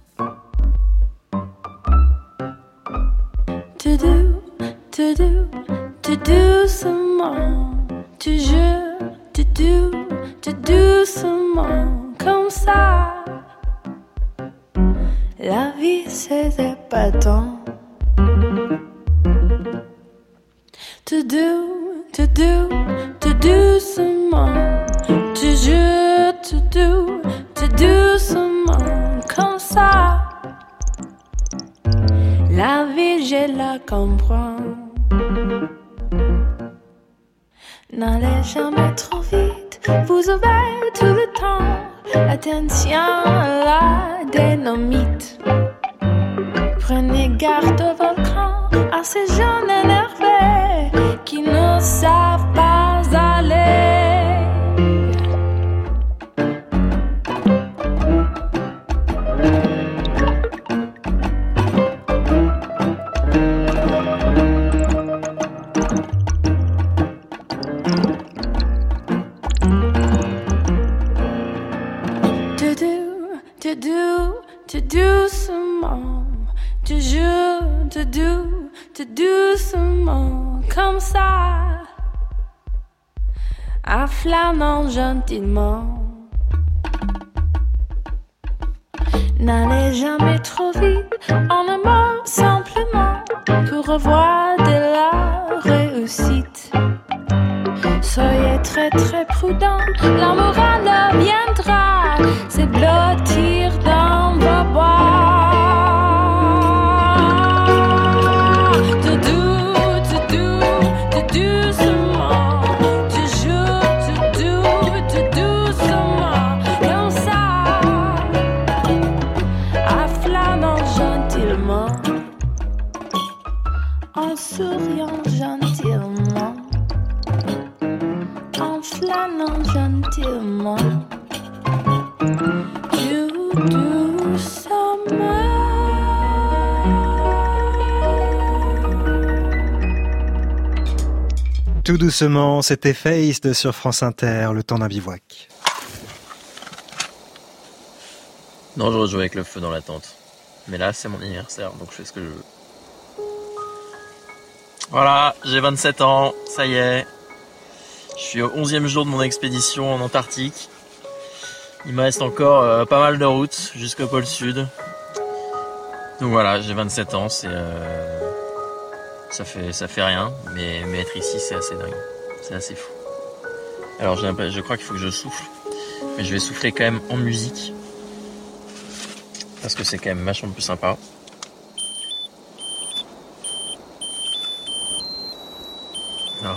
Doucement, doucement, comme ça. La vie c'est épatant. Tout doucement, toujours, tout doucement, comme ça. La vie je la comprends. N'allez jamais trop vite, vous avez tout le temps. Attention à la dynamite. Prenez garde au volcan, à ces jeunes énervés qui ne savent pas aller. Tout doucement, toujours, tout doucement, comme ça, en flânant gentiment. N'allez jamais trop vite, en un mot simplement, pour avoir de la réussite. Soyez très très prudent, la morale viendra se blottir dans vos bois. Tout doucement, toujours tout doucement, comme ça, en flânant gentiment, en souriant gentiment. En flânant gentiment, tout doucement. Tout doucement, c'était Faced sur France Inter, le temps d'un bivouac. Dangereux de jouer avec le feu dans la tente. Mais là, c'est mon anniversaire, donc je fais ce que je veux. Voilà, j'ai 27 ans, ça y est. Je suis au 11e jour de mon expédition en Antarctique. Il me reste encore pas mal de routes jusqu'au pôle Sud. Donc voilà, j'ai 27 ans, ça fait rien, mais être ici c'est assez dingue, c'est assez fou. Alors je crois qu'il faut que je souffle, mais je vais souffler quand même en musique, parce que c'est quand même vachement plus sympa. Alors.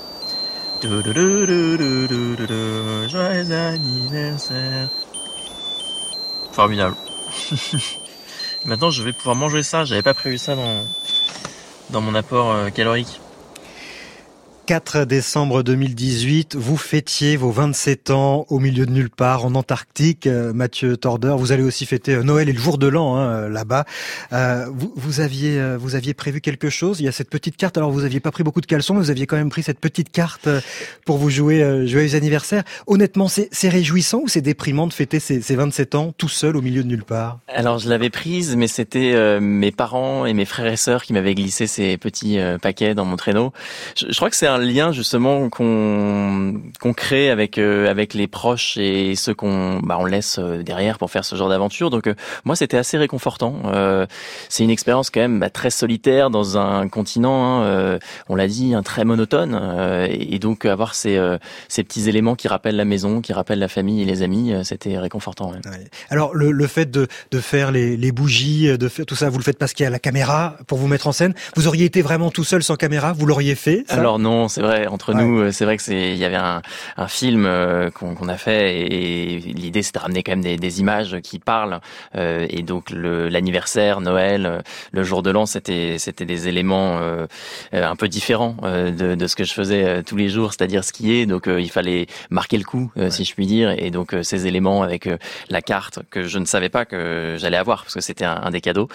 Joyeux anniversaire. Formidable. Maintenant je vais pouvoir manger ça, j'avais pas prévu ça dans mon apport calorique. 4 décembre 2018, vous fêtiez vos 27 ans au milieu de nulle part en Antarctique. Mathieu Torder, vous allez aussi fêter Noël et le jour de l'an là-bas. Vous aviez prévu quelque chose? Il y a cette petite carte. Alors vous aviez pas pris beaucoup de caleçons, mais vous aviez quand même pris cette petite carte pour vous jouer joyeux anniversaire. Honnêtement, c'est réjouissant ou c'est déprimant de fêter ces 27 ans tout seul au milieu de nulle part? Alors je l'avais prise, mais c'était mes parents et mes frères et sœurs qui m'avaient glissé ces petits paquets dans mon traîneau. Je crois que c'est un le lien justement qu'on crée avec les proches et ceux qu'on laisse derrière pour faire ce genre d'aventure. Donc moi c'était assez réconfortant. C'est une expérience quand même très solitaire dans un continent, on l'a dit, très monotone, et donc avoir ces petits éléments qui rappellent la maison, qui rappellent la famille et les amis, c'était réconfortant. Ouais. Ouais. Alors le fait de faire les bougies, de faire tout ça, vous le faites parce qu'il y a la caméra pour vous mettre en scène. Vous auriez été vraiment tout seul sans caméra, vous l'auriez fait ça? Alors non, c'est vrai, entre nous, c'est vrai que il y avait un film qu'on a fait, et l'idée c'était de ramener quand même des images qui parlent, et donc l'anniversaire, Noël, le jour de l'an, c'était des éléments un peu différents de ce que je faisais tous les jours, c'est-à-dire skier. Donc il fallait marquer le coup, si je puis dire, et donc ces éléments avec la carte que je ne savais pas que j'allais avoir parce que c'était un des cadeaux.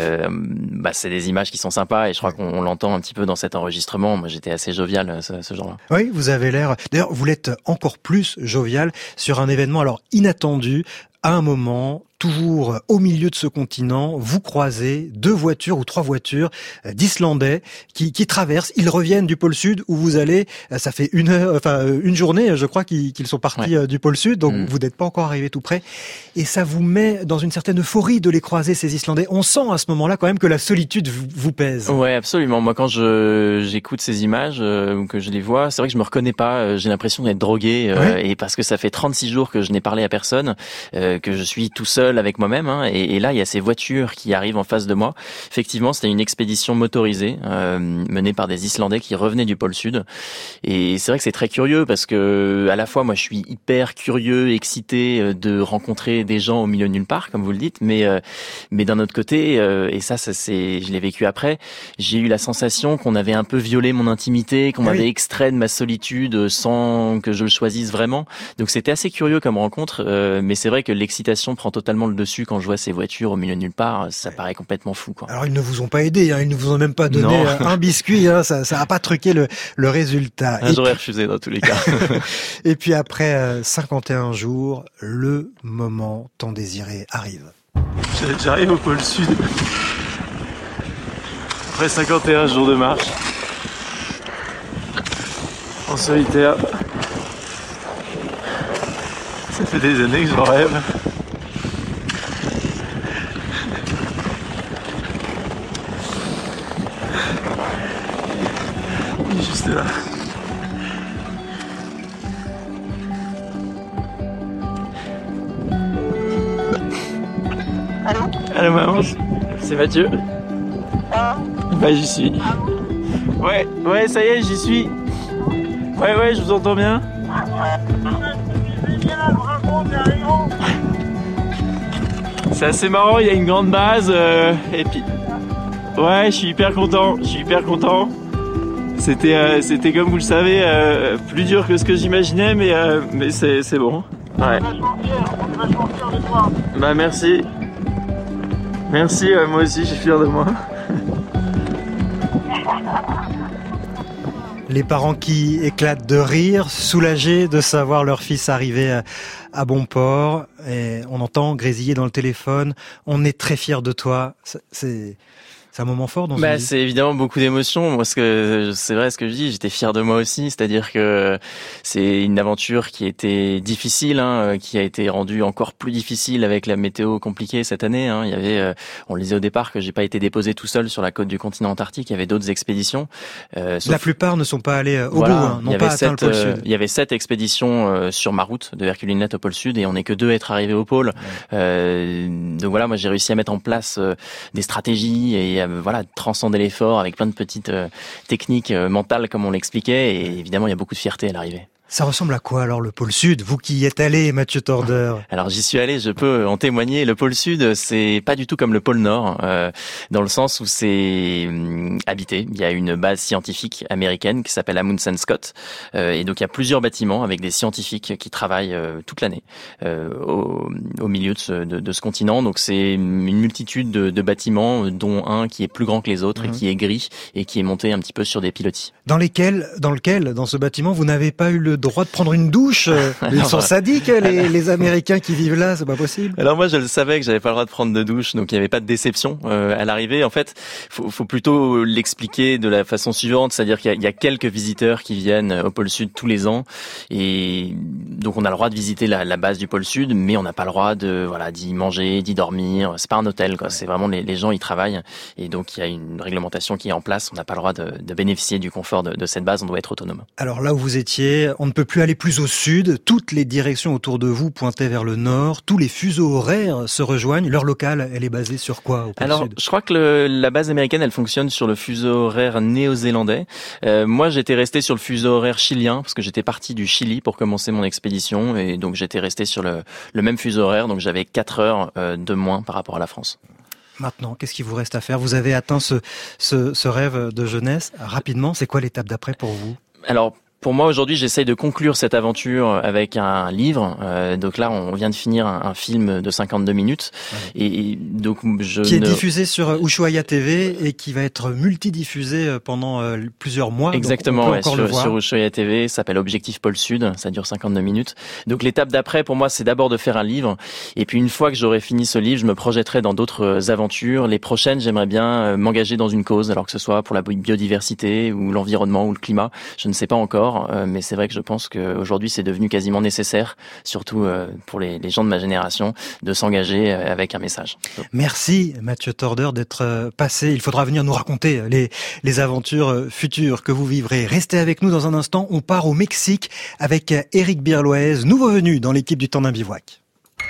C'est des images qui sont sympas, et je crois qu'on l'entend un petit peu dans cet enregistrement. Moi, j'étais assez jovial ce jour-là. Oui, vous avez l'air. D'ailleurs, vous l'êtes encore plus jovial sur un événement alors inattendu. À un moment, toujours au milieu de ce continent, vous croisez 2 voitures ou 3 voitures d'Islandais qui traversent. Ils reviennent du pôle Sud où vous allez. Ça fait une journée, je crois, qu'ils sont partis du pôle Sud. Donc vous n'êtes pas encore arrivé tout près. Et ça vous met dans une certaine euphorie de les croiser, ces Islandais. On sent à ce moment-là quand même que la solitude vous pèse. Ouais, absolument. Moi, quand j'écoute ces images ou que je les vois, c'est vrai que je me reconnais pas. J'ai l'impression d'être drogué, et parce que ça fait 36 jours que je n'ai parlé à personne. Que je suis tout seul avec moi-même, et là il y a ces voitures qui arrivent en face de moi. Effectivement, c'était une expédition motorisée menée par des Islandais qui revenaient du pôle Sud, et c'est vrai que c'est très curieux parce que à la fois moi je suis hyper curieux, excité de rencontrer des gens au milieu de nulle part, comme vous le dites, mais d'un autre côté, et ça je l'ai vécu après, j'ai eu la sensation qu'on avait un peu violé mon intimité, qu'on m'avait extrait de ma solitude sans que je le choisisse vraiment. Donc c'était assez curieux comme rencontre, mais c'est vrai que l'excitation prend totalement le dessus quand je vois ces voitures au milieu de nulle part. Ça paraît complètement fou, quoi. Alors ils ne vous ont pas aidé, ils ne vous ont même pas donné un biscuit, ça a pas truqué le résultat. J'aurais refusé dans tous les cas. Et puis après 51 jours, le moment tant désiré arrive. J'arrive au pôle Sud. Après 51 jours de marche. En solitaire. Ça fait des années que j'en rêve. Il est juste là. Allô maman, c'est Mathieu. Bah j'y suis. Ouais, ça y est, j'y suis. Ouais, je vous entends bien. C'est assez marrant, il y a une grande base, et puis... Ouais, je suis hyper content. C'était comme vous le savez, plus dur que ce que j'imaginais, mais c'est bon. Ouais. On est vachement fiers de toi. Bah merci. Merci, moi aussi, je suis fier de moi. Les parents qui éclatent de rire, soulagés de savoir leur fils arriver à bon port. Et on entend grésiller dans le téléphone. On est très fiers de toi. C'est un moment fort dans ce c'est évidemment beaucoup d'émotions. Moi, c'est vrai ce que je dis, j'étais fier de moi aussi. C'est-à-dire que c'est une aventure qui était difficile, qui a été rendue encore plus difficile avec la météo compliquée cette année. Il y avait, on le disait au départ, que j'ai pas été déposé tout seul sur la côte du continent antarctique. Il y avait d'autres expéditions. La plupart ne sont pas allés au bout, n'ont pas atteint le pôle Sud. Il y avait 7 expéditions sur ma route de Hercules-Net au pôle Sud, et on n'est que 2 à être arrivés au pôle. Donc voilà, moi j'ai réussi à mettre en place des stratégies et transcender l'effort avec plein de petites techniques mentales, comme on l'expliquait, et évidemment il y a beaucoup de fierté à l'arrivée. Ça ressemble à quoi alors le pôle Sud, vous qui y êtes allé, Mathieu Torder? Alors j'y suis allé, je peux en témoigner. Le pôle Sud, c'est pas du tout comme le pôle Nord, dans le sens où c'est habité. Il y a une base scientifique américaine qui s'appelle Amundsen Scott, et donc il y a plusieurs bâtiments avec des scientifiques qui travaillent toute l'année au milieu de ce continent. Donc c'est une multitude de bâtiments, dont un qui est plus grand que les autres et qui est gris et qui est monté un petit peu sur des pilotis. Dans ce bâtiment, vous n'avez pas eu le droit de prendre une douche. Ils sont sadiques, les Américains qui vivent là, c'est pas possible. Alors moi, je le savais que j'avais pas le droit de prendre de douche, donc il n'y avait pas de déception à l'arrivée. En fait, faut plutôt l'expliquer de la façon suivante, c'est-à-dire qu'il y a quelques visiteurs qui viennent au pôle Sud tous les ans, et donc on a le droit de visiter la base du pôle Sud, mais on n'a pas le droit d'y manger, d'y dormir. C'est pas un hôtel, quoi. C'est vraiment les gens y travaillent, et donc il y a une réglementation qui est en place. On n'a pas le droit de bénéficier du confort de cette base. On doit être autonome. Alors là où vous étiez, on ne peut plus aller plus au sud. Toutes les directions autour de vous pointaient vers le nord. Tous les fuseaux horaires se rejoignent. L'heure locale, elle est basée sur quoi au pôle Alors, Sud? Je crois que la base américaine, elle fonctionne sur le fuseau horaire néo-zélandais. Moi, j'étais resté sur le fuseau horaire chilien parce que j'étais parti du Chili pour commencer mon expédition, et donc j'étais resté sur le même fuseau horaire. Donc j'avais 4 heures de moins par rapport à la France. Maintenant, qu'est-ce qu'il vous reste à faire? Vous avez atteint ce rêve de jeunesse. Rapidement, c'est quoi l'étape d'après pour vous? Alors, pour moi, aujourd'hui, j'essaye de conclure cette aventure avec un livre. Donc là, on vient de finir un film de 52 minutes. Ouais. Et donc, qui est diffusé sur Ushuaïa TV et qui va être multidiffusé pendant plusieurs mois. Exactement, sur Ushuaïa TV, ça s'appelle Objectif Pôle Sud. Ça dure 52 minutes. Donc l'étape d'après, pour moi, c'est d'abord de faire un livre. Et puis une fois que j'aurai fini ce livre, je me projetterai dans d'autres aventures. Les prochaines, j'aimerais bien m'engager dans une cause, alors que ce soit pour la biodiversité ou l'environnement ou le climat. Je ne sais pas encore. Mais c'est vrai que je pense qu'aujourd'hui c'est devenu quasiment nécessaire, surtout pour les gens de ma génération, de s'engager avec un message. Merci Mathieu Torder d'être passé. Il faudra venir nous raconter les aventures futures que vous vivrez. Restez avec nous dans un instant, on part au Mexique avec Éric Birloez, nouveau venu dans l'équipe du Temps d'un bivouac.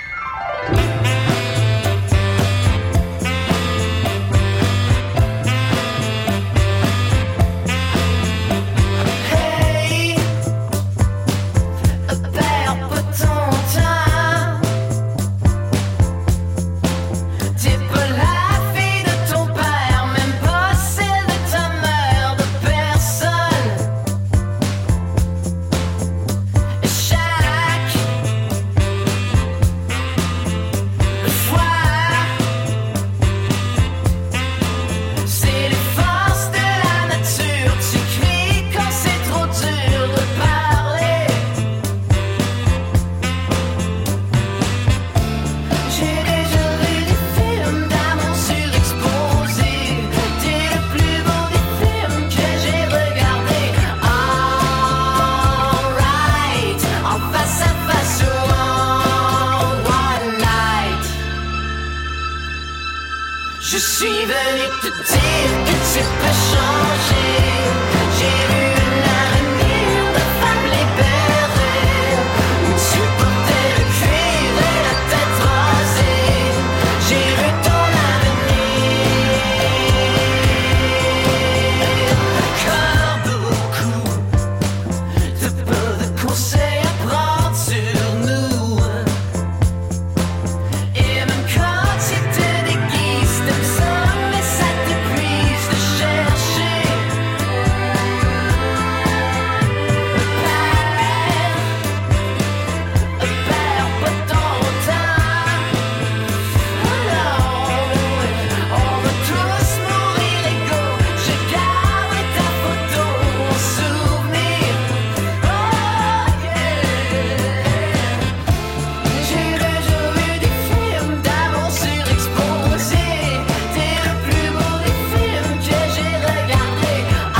Je suis venu te dire que tu peux changer. J'ai vu un avenir de femme libérée, où tu portais le cuir et la tête rasée. J'ai vu ton avenir. Comme beaucoup de peu de conseils à prendre sur nous. Et même quand tu te déguises de ça, mais ça t'épuise de chercher. Perds pas ton temps. Alors, on va tous mourir égaux. Je garde ta photo en souvenir. Oh yeah. J'ai déjà vu des films d'amour surexposés. T'es le plus beau des films que j'ai regardé.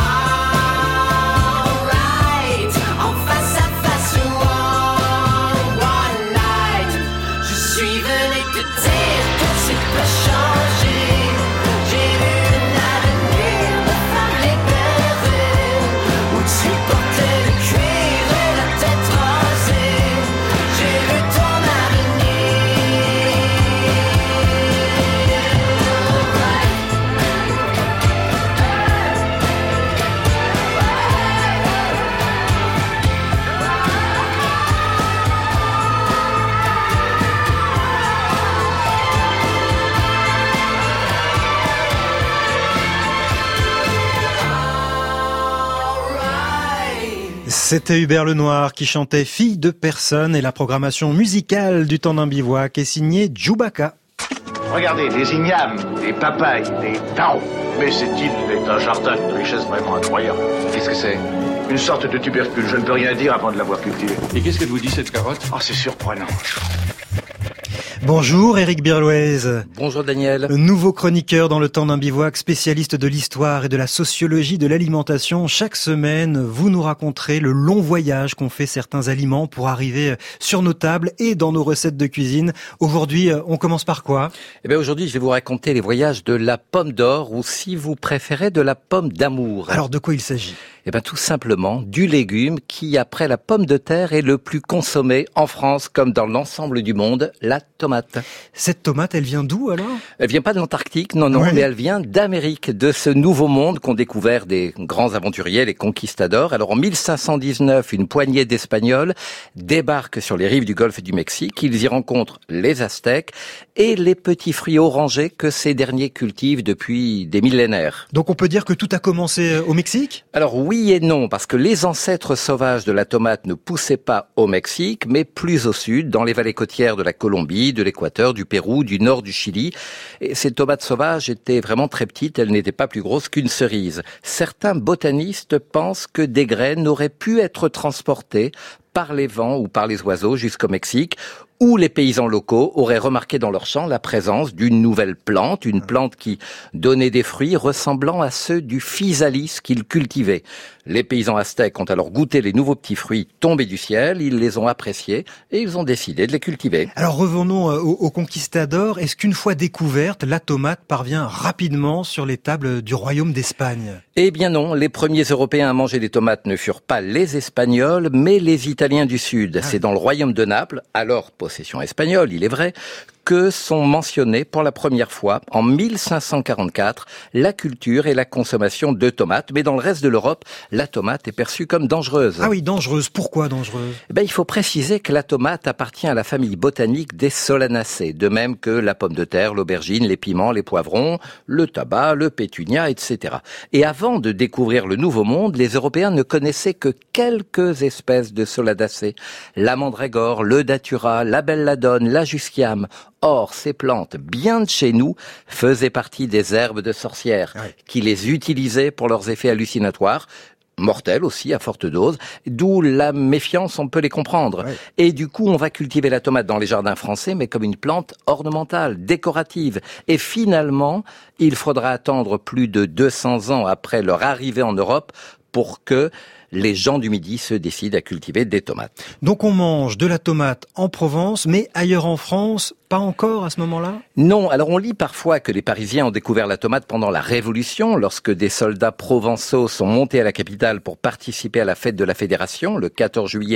Alright, en face à face ou en one night. Je suis venu te dire que tu peux changer. J'ai vu un avenir de femme libérée, où tu portais le cuir et la tête rasée. J'ai vu ton C'était Hubert Lenoir qui chantait Fille de personne, et la programmation musicale du Temps d'un bivouac est signée Djoubaka. Regardez, des ignames, des papayes, des taros. Mais cette île est un jardin de richesse vraiment incroyable. Qu'est-ce que c'est? Une sorte de tubercule. Je ne peux rien dire avant de l'avoir cultivée. Et qu'est-ce qu'elle vous dit, cette carotte? Oh, c'est surprenant. Bonjour Éric Birlouez. Bonjour Daniel. Nouveau chroniqueur dans le temps d'un bivouac, spécialiste de l'histoire et de la sociologie de l'alimentation. Chaque semaine, vous nous raconterez le long voyage qu'ont fait certains aliments pour arriver sur nos tables et dans nos recettes de cuisine. Aujourd'hui, on commence par quoi? Eh bien aujourd'hui, je vais vous raconter les voyages de la pomme d'or, ou si vous préférez, de la pomme d'amour. Alors de quoi il s'agit? Eh bien tout simplement du légume qui, après la pomme de terre, est le plus consommé en France comme dans l'ensemble du monde, la tomate. Cette tomate, elle vient d'où alors? Elle vient pas de l'Antarctique, non, Oui. mais elle vient d'Amérique, de ce nouveau monde qu'ont découvert des grands aventuriers, les conquistadors. Alors en 1519, une poignée d'Espagnols débarquent sur les rives du golfe du Mexique. Ils y rencontrent les Aztèques et les petits fruits orangés que ces derniers cultivent depuis des millénaires. Donc on peut dire que tout a commencé au Mexique? Alors oui et non, parce que les ancêtres sauvages de la tomate ne poussaient pas au Mexique, mais plus au sud, dans les vallées côtières de la Colombie, de l'Équateur, du Pérou, du nord du Chili. Et ces tomates sauvages étaient vraiment très petites, elles n'étaient pas plus grosses qu'une cerise. Certains botanistes pensent que des graines auraient pu être transportées par les vents ou par les oiseaux jusqu'au Mexique, où les paysans locaux auraient remarqué dans leurs champs la présence d'une nouvelle plante, une plante qui donnait des fruits ressemblant à ceux du physalis qu'ils cultivaient. Les paysans aztèques ont alors goûté les nouveaux petits fruits tombés du ciel, ils les ont appréciés et ils ont décidé de les cultiver. Alors revenons aux conquistadors. Est-ce qu'une fois découverte, la tomate parvient rapidement sur les tables du royaume d'Espagne? Eh bien non, les premiers Européens à manger des tomates ne furent pas les Espagnols, mais les Italiens du Sud. C'est dans le royaume de Naples, alors possession espagnole, il est vrai, que sont mentionnés pour la première fois, en 1544, la culture et la consommation de tomates. Mais dans le reste de l'Europe, la tomate est perçue comme dangereuse. Ah oui, dangereuse. Pourquoi dangereuse? Eh ben, il faut préciser que la tomate appartient à la famille botanique des Solanacées, de même que la pomme de terre, l'aubergine, les piments, les poivrons, le tabac, le pétunia, etc. Et avant de découvrir le Nouveau Monde, les Européens ne connaissaient que quelques espèces de Solanacées. La mandragore, le datura, la belladone, la jusquiame. Or, ces plantes, bien de chez nous, faisaient partie des herbes de sorcières, qui les utilisaient pour leurs effets hallucinatoires, mortels aussi, à forte dose, d'où la méfiance, on peut les comprendre. Ouais. Et du coup, on va cultiver la tomate dans les jardins français, mais comme une plante ornementale, décorative. Et finalement, il faudra attendre plus de 200 ans après leur arrivée en Europe pour que les gens du Midi se décident à cultiver des tomates. Donc on mange de la tomate en Provence, mais ailleurs en France, pas encore à ce moment-là? Non, alors on lit parfois que les Parisiens ont découvert la tomate pendant la Révolution, lorsque des soldats provençaux sont montés à la capitale pour participer à la fête de la Fédération, le 14 juillet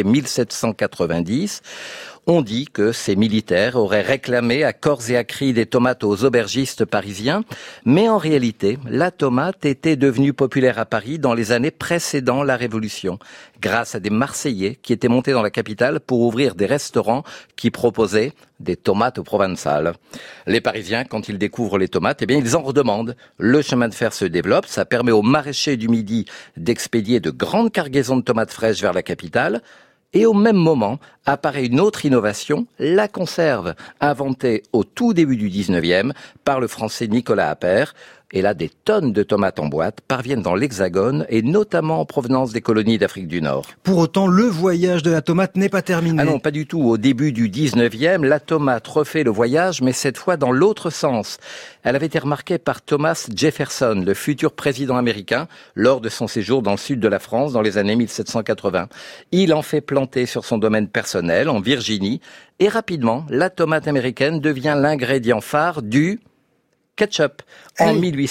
1790. On dit que ces militaires auraient réclamé à corps et à cri des tomates aux aubergistes parisiens, mais en réalité, la tomate était devenue populaire à Paris dans les années précédant la Révolution, grâce à des Marseillais qui étaient montés dans la capitale pour ouvrir des restaurants qui proposaient des tomates provençales. Les Parisiens, quand ils découvrent les tomates, eh bien, ils en redemandent. Le chemin de fer se développe, ça permet aux maraîchers du Midi d'expédier de grandes cargaisons de tomates fraîches vers la capitale. Et au même moment, apparaît une autre innovation, la conserve, inventée au tout début du 19e par le français Nicolas Appert. Et là, des tonnes de tomates en boîte parviennent dans l'Hexagone et notamment en provenance des colonies d'Afrique du Nord. Pour autant, le voyage de la tomate n'est pas terminé. Ah non, pas du tout. Au début du 19e, la tomate refait le voyage, mais cette fois dans l'autre sens. Elle avait été remarquée par Thomas Jefferson, le futur président américain, lors de son séjour dans le sud de la France dans les années 1780. Il en fait planter sur son domaine personnel, en Virginie, et rapidement, la tomate américaine devient l'ingrédient phare du ketchup. En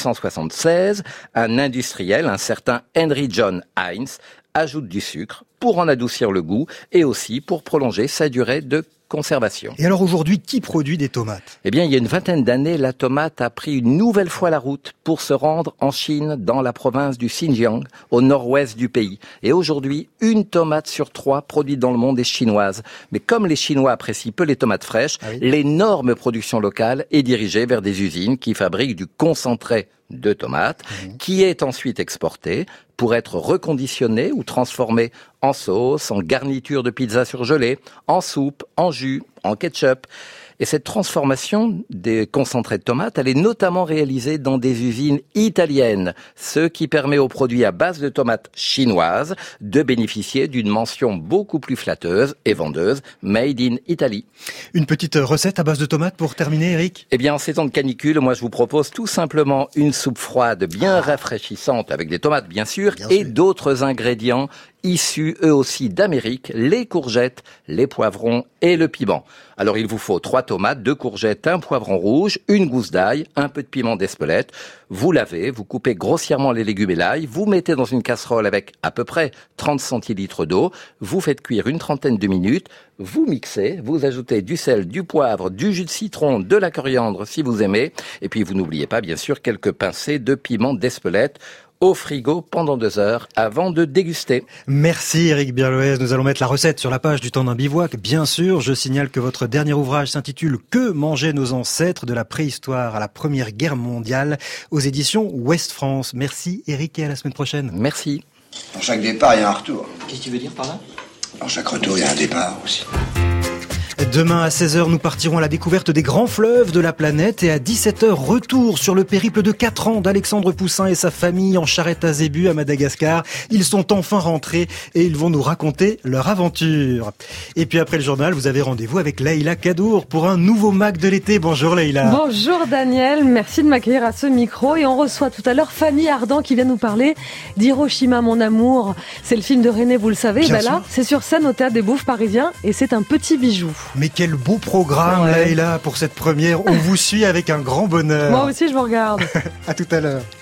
1876, un industriel, un certain Henry John Heinz, ajoute du sucre pour en adoucir le goût et aussi pour prolonger sa durée de conservation. Et alors aujourd'hui, qui produit des tomates? Eh bien, il y a une vingtaine d'années, la tomate a pris une nouvelle fois la route pour se rendre en Chine, dans la province du Xinjiang, au nord-ouest du pays. Et aujourd'hui, une tomate sur 3 produite dans le monde est chinoise. Mais comme les Chinois apprécient peu les tomates fraîches, l'énorme production locale est dirigée vers des usines qui fabriquent du concentré de tomates, qui est ensuite exporté pour être reconditionné ou transformé en sauce, en garniture de pizza surgelée, en soupe, en jus, en ketchup. Et cette transformation des concentrés de tomates, elle est notamment réalisée dans des usines italiennes, ce qui permet aux produits à base de tomates chinoises de bénéficier d'une mention beaucoup plus flatteuse et vendeuse, Made in Italy. Une petite recette à base de tomates pour terminer, Eric ? Eh bien, en ces temps de canicule, moi je vous propose tout simplement une soupe froide bien rafraîchissante avec des tomates bien sûr et d'autres ingrédients issus eux aussi d'Amérique, les courgettes, les poivrons et le piment. Alors il vous faut 3 tomates, 2 courgettes, 1 poivron rouge, une gousse d'ail, un peu de piment d'Espelette. Vous lavez, vous coupez grossièrement les légumes et l'ail, vous mettez dans une casserole avec à peu près 30 centilitres d'eau, vous faites cuire une trentaine de minutes, vous mixez, vous ajoutez du sel, du poivre, du jus de citron, de la coriandre si vous aimez, et puis vous n'oubliez pas bien sûr quelques pincées de piment d'Espelette au frigo pendant 2 heures avant de déguster. Merci Eric Birloez. Nous allons mettre la recette sur la page du Temps d'un bivouac. Bien sûr, je signale que votre dernier ouvrage s'intitule « Que mangeaient nos ancêtres de la préhistoire à la Première Guerre mondiale » aux éditions Ouest France. Merci Eric et à la semaine prochaine. Merci. Dans chaque départ, il y a un retour. Qu'est-ce que tu veux dire par là? Dans chaque retour, il y a un départ aussi. Demain à 16h, nous partirons à la découverte des grands fleuves de la planète et à 17h, retour sur le périple de 4 ans d'Alexandre Poussin et sa famille en charrette à zébu à Madagascar. Ils sont enfin rentrés et ils vont nous raconter leur aventure. Et puis après le journal, vous avez rendez-vous avec Leïla Kadour pour un nouveau Mac de l'été. Bonjour Leïla. Bonjour Daniel, merci de m'accueillir à ce micro et on reçoit tout à l'heure Fanny Ardant qui vient nous parler d'Hiroshima mon amour. C'est le film de René, vous le savez. Bien ben là, c'est sur scène au Théâtre des Bouffes parisiens et c'est un petit bijou. Mais quel beau programme, Leïla, pour cette première. On vous suit avec un grand bonheur. Moi aussi, je vous regarde. À tout à l'heure.